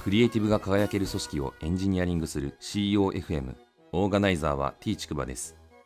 クリエイティブが輝ける組織をエンジニアリングする CEOFM。オーガナイザーは T ちくばです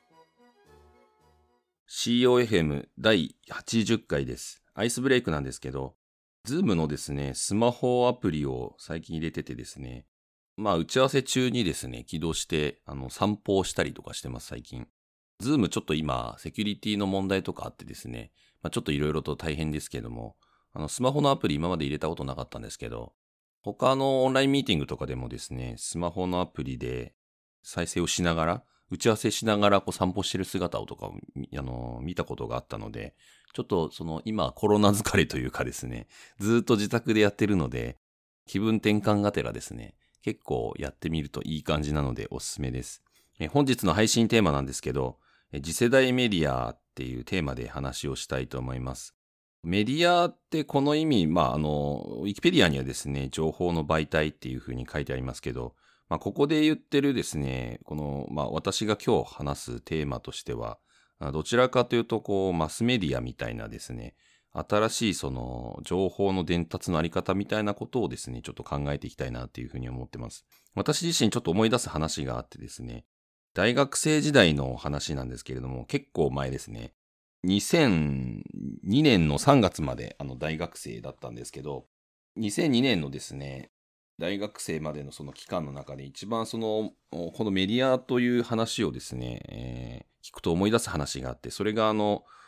。CEOFM 第80回です。アイスブレイクなんですけど、Zoom のですね、スマホアプリを最近入れててですね、打ち合わせ中にですね、起動して、散歩をしたりとかしてます、最近。Zoom ちょっと今、セキュリティの問題とかあってですね、ちょっといろいろと大変ですけども、スマホのアプリ今まで入れたことなかったんですけど、他のオンラインミーティングとかでもですね、スマホのアプリで再生をしながら、打ち合わせしながら散歩してる姿をとかを見たことがあったので、ちょっと今コロナ疲れというかですね、ずっと自宅でやってるので、気分転換がてらですね、結構やってみるといい感じなのでおすすめです。本日の配信テーマなんですけど、次世代メディアっていうテーマで話をしたいと思います。メディアってこの意味、ウィキペディアにはですね、情報の媒体っていうふうに書いてありますけど、ここで言ってるですね、私が今日話すテーマとしては、どちらかというと、マスメディアみたいなですね、新しい情報の伝達のあり方みたいなことをですね、ちょっと考えていきたいなっていうふうに思ってます。私自身ちょっと思い出す話があってですね、大学生時代の話なんですけれども、結構前ですね。2002年の3月まで大学生だったんですけど、2002年のですね、大学生までのその期間の中で一番このメディアという話をですね、聞くと思い出す話があって、それが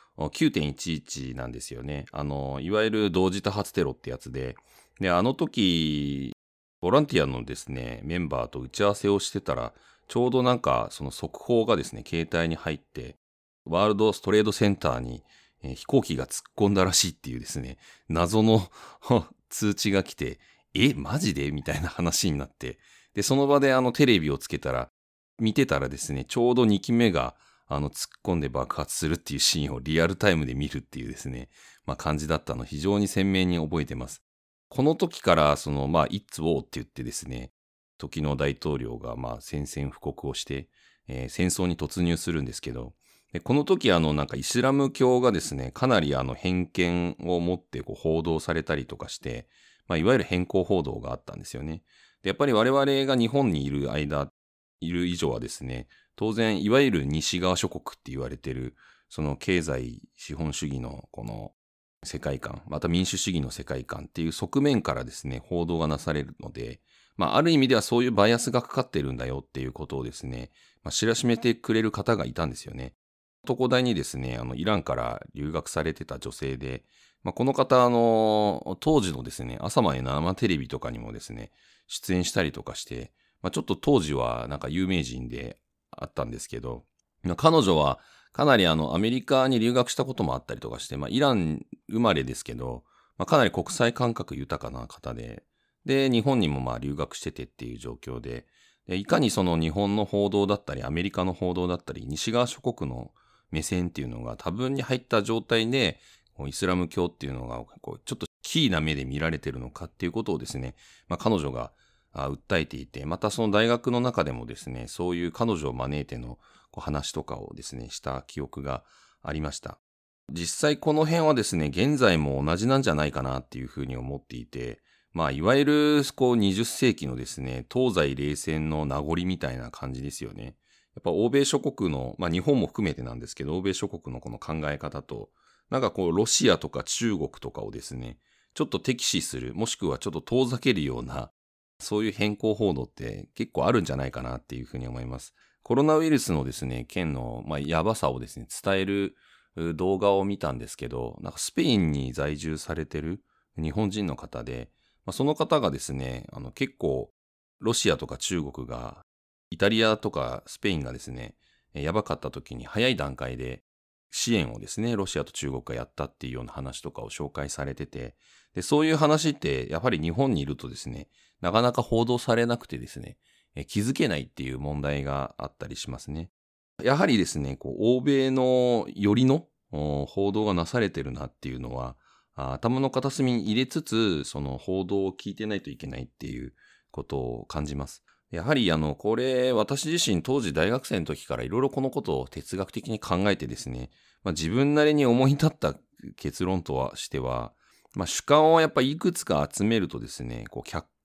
9.11 なんですよね。いわゆる同時多発テロってやつで、あの時、ボランティアのですね、メンバーと打ち合わせをしてたら、ちょうどその速報がですね、携帯に入って、ワールドトレードセンターに、飛行機が突っ込んだらしいっていうですね、謎の通知が来て、マジでみたいな話になって、で、その場でテレビをつけたら、見てたらですね、ちょうど2機目が突っ込んで爆発するっていうシーンをリアルタイムで見るっていうですね、感じだったのを非常に鮮明に覚えてます。この時からIt's War って言ってですね、時の大統領が宣戦布告をして、戦争に突入するんですけど、でこの時イスラム教がですね、かなり偏見を持って報道されたりとかして、いわゆる偏向報道があったんですよね。でやっぱり我々が日本にいる以上はですね、当然いわゆる西側諸国って言われてる、その経済資本主義のこの世界観、また民主主義の世界観っていう側面からですね、報道がなされるので、ある意味ではそういうバイアスがかかってるんだよっていうことをですね、知らしめてくれる方がいたんですよね。東工大にですね、イランから留学されてた女性で、この方、当時のですね、朝まで生テレビとかにもですね、出演したりとかして、ちょっと当時は有名人であったんですけど、彼女はかなりアメリカに留学したこともあったりとかして、イラン生まれですけど、かなり国際感覚豊かな方で、で、日本にも留学しててっていう状況で、いかにその日本の報道だったり、アメリカの報道だったり、西側諸国の目線っていうのが多分に入った状態で、イスラム教っていうのがちょっとキーな目で見られてるのかっていうことをですね、彼女が訴えていて、またその大学の中でもですね、そういう彼女を招いての話とかをですね、した記憶がありました。実際この辺はですね、現在も同じなんじゃないかなっていうふうに思っていて、いわゆる20世紀のですね、東西冷戦の名残みたいな感じですよね。やっぱ欧米諸国の、日本も含めてなんですけど、欧米諸国のこの考え方と、ロシアとか中国とかをですね、ちょっと敵視する、もしくはちょっと遠ざけるような、そういう偏向報道って結構あるんじゃないかなっていうふうに思います。コロナウイルスのですね、件の、やばさをですね、伝える動画を見たんですけど、スペインに在住されてる日本人の方で、その方がですね、結構ロシアとか中国が、イタリアとかスペインがですね、やばかった時に早い段階で支援をですね、ロシアと中国がやったっていうような話とかを紹介されてて、でそういう話ってやはり日本にいるとですね、なかなか報道されなくてですね、気づけないっていう問題があったりしますね。やはりですね、欧米のよりの報道がなされてるなっていうのは、頭の片隅に入れつつ、その報道を聞いてないといけないっていうことを感じます。やはりこれ、私自身当時大学生の時からいろいろこのことを哲学的に考えてですね、自分なりに思い立った結論としては、主観をやっぱりいくつか集めるとですね、客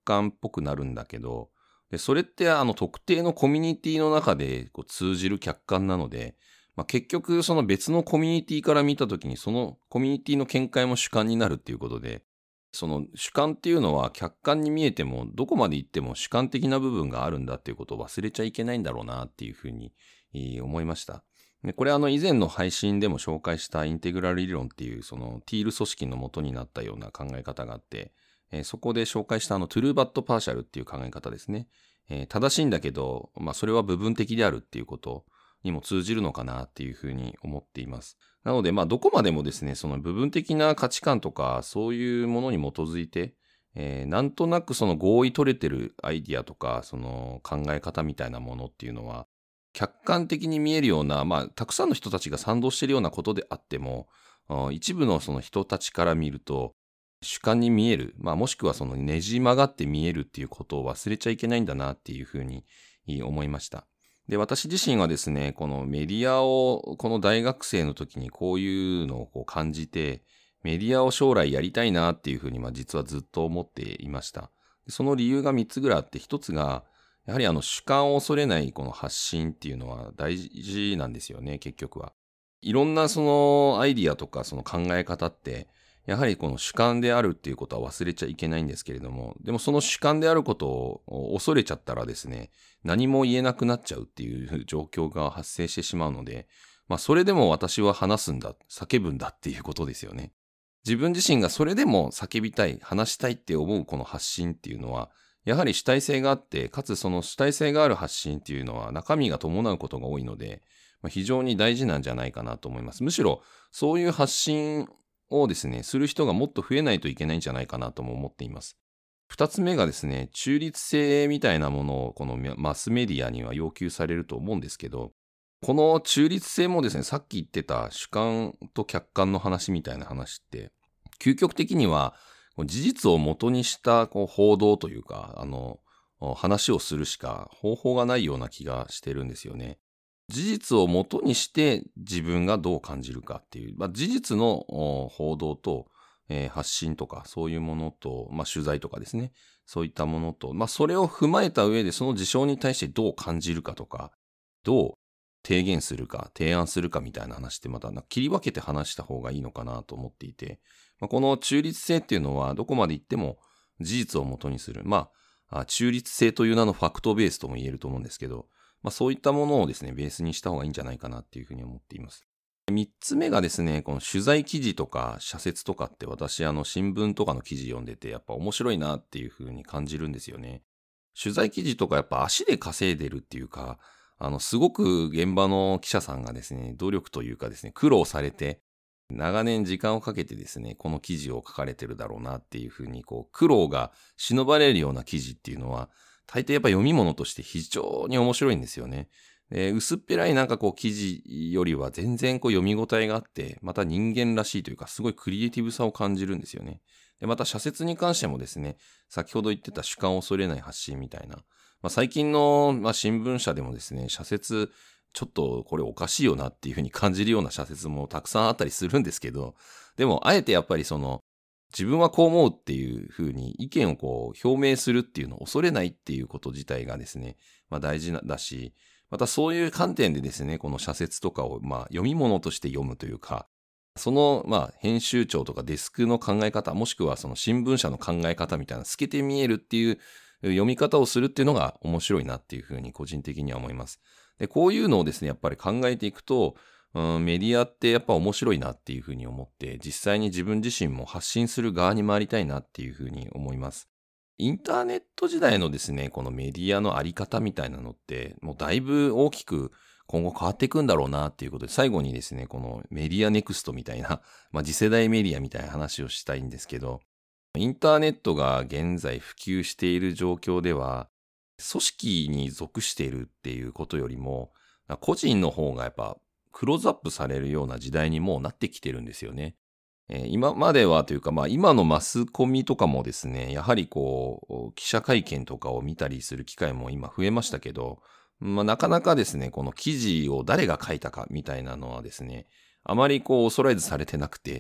観っぽくなるんだけど、でそれって特定のコミュニティの中でこう通じる客観なので、結局その別のコミュニティから見たときにそのコミュニティの見解も主観になるっていうことで、その主観っていうのは客観に見えてもどこまで行っても主観的な部分があるんだっていうことを忘れちゃいけないんだろうなっていうふうに思いました。でこれ以前の配信でも紹介したインテグラル理論っていうそのティール組織の元になったような考え方があって、そこで紹介したトゥルーバットパーシャルっていう考え方ですね。正しいんだけど、それは部分的であるっていうことにも通じるのかなっていうふうに思っています。なので、どこまでもですね、その部分的な価値観とか、そういうものに基づいて、なんとなくその合意取れてるアイディアとか、その考え方みたいなものっていうのは、客観的に見えるような、たくさんの人たちが賛同しているようなことであっても、一部のその人たちから見ると、主観に見える、もしくはそのねじ曲がって見えるっていうことを忘れちゃいけないんだなっていうふうに思いました。で、私自身はですね、このメディアを、この大学生の時にこういうのをこう感じて、メディアを将来やりたいなっていうふうに、実はずっと思っていました。その理由が3つぐらいあって、1つが、やはり主観を恐れないこの発信っていうのは大事なんですよね、結局は。いろんなそのアイディアとかその考え方って、やはりこの主観であるっていうことは忘れちゃいけないんですけれども、でもその主観であることを恐れちゃったらですね、何も言えなくなっちゃうっていう状況が発生してしまうので、それでも私は話すんだ、叫ぶんだっていうことですよね。自分自身がそれでも叫びたい、話したいって思うこの発信っていうのは、やはり主体性があって、かつその主体性がある発信っていうのは中身が伴うことが多いので、非常に大事なんじゃないかなと思います。むしろ、そういう発信をですね、する人がもっと増えないといけないんじゃないかなとも思っています。二つ目がですね、中立性みたいなものをこのマスメディアには要求されると思うんですけど、この中立性もですね、さっき言ってた主観と客観の話みたいな話って、究極的には事実を元にした報道というか、話をするしか方法がないような気がしてるんですよね。事実を元にして自分がどう感じるかっていう、事実の報道と、発信とかそういうものと、取材とかですね、そういったものと、それを踏まえた上でその事象に対してどう感じるかとか、どう提言するか、提案するかみたいな話ってまた切り分けて話した方がいいのかなと思っていて、この中立性っていうのはどこまで行っても事実を元にする。中立性という名のファクトベースとも言えると思うんですけど、そういったものをですね、ベースにした方がいいんじゃないかなっていうふうに思っています。三つ目がですね、この取材記事とか社説とかって私新聞とかの記事読んでてやっぱ面白いなっていうふうに感じるんですよね。取材記事とかやっぱ足で稼いでるっていうか、すごく現場の記者さんがですね、努力というかですね、苦労されて、長年時間をかけてですね、この記事を書かれてるだろうなっていうふうに、苦労が忍ばれるような記事っていうのは、大抵やっぱ読み物として非常に面白いんですよね。薄っぺらい記事よりは全然読み応えがあって、また人間らしいというか、すごいクリエイティブさを感じるんですよね。で、また社説に関してもですね、先ほど言ってた主観を恐れない発信みたいな、最近の、新聞社でもですね、社説、ちょっとこれおかしいよなっていうふうに感じるような社説もたくさんあったりするんですけど、でも、あえてやっぱり自分はこう思うっていうふうに意見を表明するっていうのを恐れないっていうこと自体がですね、大事だし、またそういう観点でですね、この社説とかを読み物として読むというか、その編集長とかデスクの考え方、もしくはその新聞社の考え方みたいな透けて見えるっていう読み方をするっていうのが面白いなっていうふうに個人的には思います。で、こういうのをですね、やっぱり考えていくと、メディアってやっぱ面白いなっていうふうに思って、実際に自分自身も発信する側に回りたいなっていうふうに思います。インターネット時代のですね、このメディアのあり方みたいなのって、もうだいぶ大きく今後変わっていくんだろうなっていうことで、最後にですね、このメディアネクストみたいな、次世代メディアみたいな話をしたいんですけど、インターネットが現在普及している状況では、組織に属しているっていうことよりも、個人の方がやっぱクローズアップされるような時代にもうなってきてるんですよね。今まではというか、今のマスコミとかもですね、やはり記者会見とかを見たりする機会も今増えましたけど、なかなかですね、この記事を誰が書いたかみたいなのはですね、あまり恐れずされてなくて、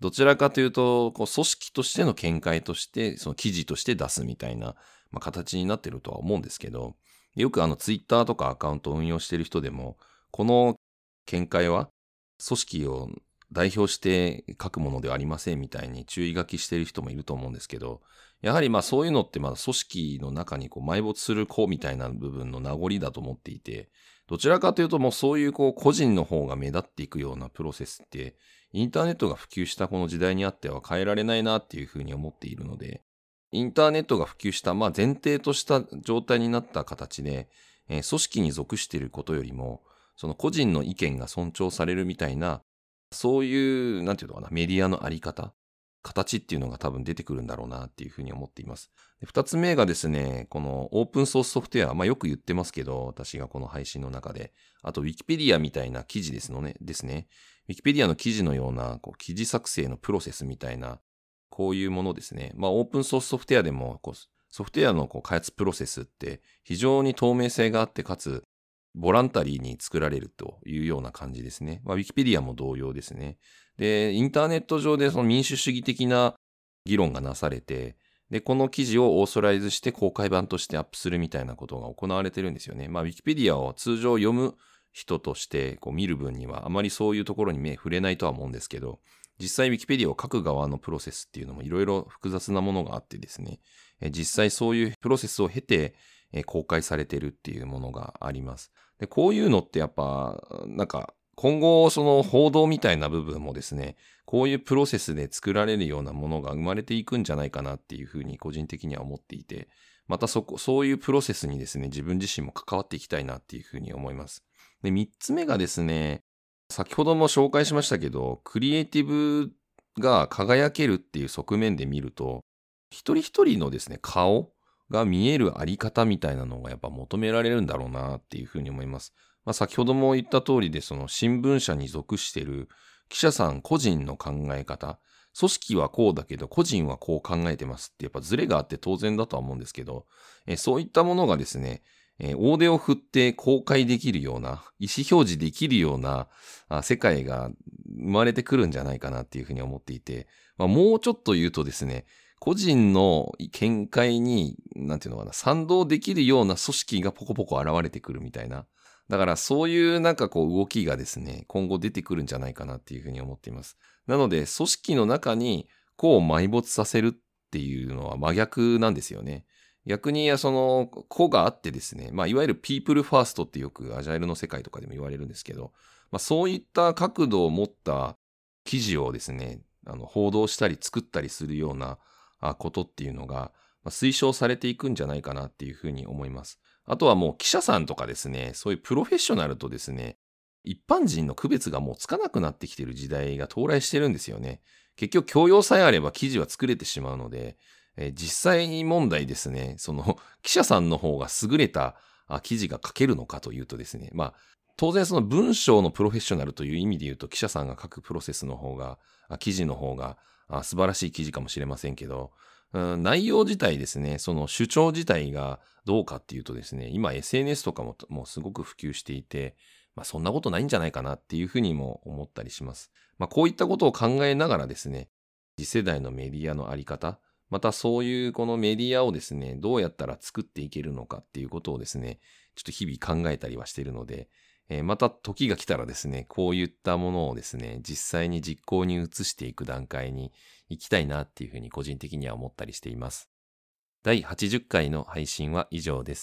どちらかというと、こう組織としての見解として、その記事として出すみたいな、形になってるとは思うんですけど、よくツイッターとかアカウントを運用している人でも、この見解は組織を代表して書くものではありませんみたいに注意書きしている人もいると思うんですけど、やはりそういうのって組織の中に埋没するみたいな部分の名残だと思っていて、どちらかというともうそういう個人の方が目立っていくようなプロセスって、インターネットが普及したこの時代にあっては変えられないなっていうふうに思っているので、インターネットが普及した前提とした状態になった形で、組織に属していることよりも、その個人の意見が尊重されるみたいな、そういう、なんていうのかな、メディアのあり方、形っていうのが多分出てくるんだろうなっていうふうに思っています。で二つ目がですね、このオープンソースソフトウェア、よく言ってますけど、私がこの配信の中で、あと Wikipedia みたいな記事ですね。Wikipedia の記事のような記事作成のプロセスみたいな、こういうものですね。オープンソースソフトウェアでも、ソフトウェアの開発プロセスって非常に透明性があって、かつ、ボランタリーに作られるというような感じですね。Wikipedia も同様ですね。で、インターネット上でその民主主義的な議論がなされて、で、この記事をオーソライズして公開版としてアップするみたいなことが行われてるんですよね。Wikipedia を通常読む人として見る分にはあまりそういうところに目触れないとは思うんですけど、実際 Wikipedia を書く側のプロセスっていうのもいろいろ複雑なものがあってですね、実際そういうプロセスを経て公開されてるっていうものがあります。で、こういうのってやっぱ、今後その報道みたいな部分もですね、こういうプロセスで作られるようなものが生まれていくんじゃないかなっていうふうに個人的には思っていて、またそういうプロセスにですね、自分自身も関わっていきたいなっていうふうに思います。で、三つ目がですね、先ほども紹介しましたけど、クリエイティブが輝けるっていう側面で見ると、一人一人のですね、顔が見えるあり方みたいなのがやっぱ求められるんだろうなっていうふうに思います。先ほども言った通りで、その新聞社に属している記者さん個人の考え方、組織はこうだけど個人はこう考えてますってやっぱズレがあって当然だとは思うんですけど、そういったものがですね、大手を振って公開できるような、意思表示できるような世界が生まれてくるんじゃないかなっていうふうに思っていて、もうちょっと言うとですね、個人の見解に、賛同できるような組織がポコポコ現れてくるみたいな。だからそういう動きがですね、今後出てくるんじゃないかなっていうふうに思っています。なので、組織の中に個を埋没させるっていうのは真逆なんですよね。逆に、その、個があってですね、いわゆるピープルファーストってよくアジャイルの世界とかでも言われるんですけど、そういった角度を持った記事をですね、報道したり作ったりするようなことっていうのが推奨されていくんじゃないかなっていうふうに思います。あとはもう記者さんとかですね、そういうプロフェッショナルとですね、一般人の区別がもうつかなくなってきている時代が到来してるんですよね。結局教養さえあれば記事は作れてしまうので、実際問題ですね、その記者さんの方が優れた記事が書けるのかというとですね、当然その文章のプロフェッショナルという意味で言うと記者さんが書くプロセスの方が、記事の方が素晴らしい記事かもしれませんけど、内容自体ですね、その主張自体がどうかっていうとですね、今 SNS とかももうすごく普及していて、そんなことないんじゃないかなっていうふうにも思ったりします。こういったことを考えながらですね、次世代のメディアのあり方、またそういうこのメディアをですね、どうやったら作っていけるのかっていうことをですね、ちょっと日々考えたりはしているので、また時が来たらですね、こういったものをですね、実際に実行に移していく段階に行きたいなっていうふうに個人的には思ったりしています。第80回の配信は以上です。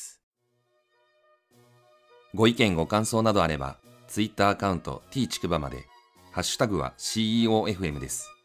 ご意見ご感想などあれば、Twitter アカウント t ちくばまで、ハッシュタグは CEOFM です。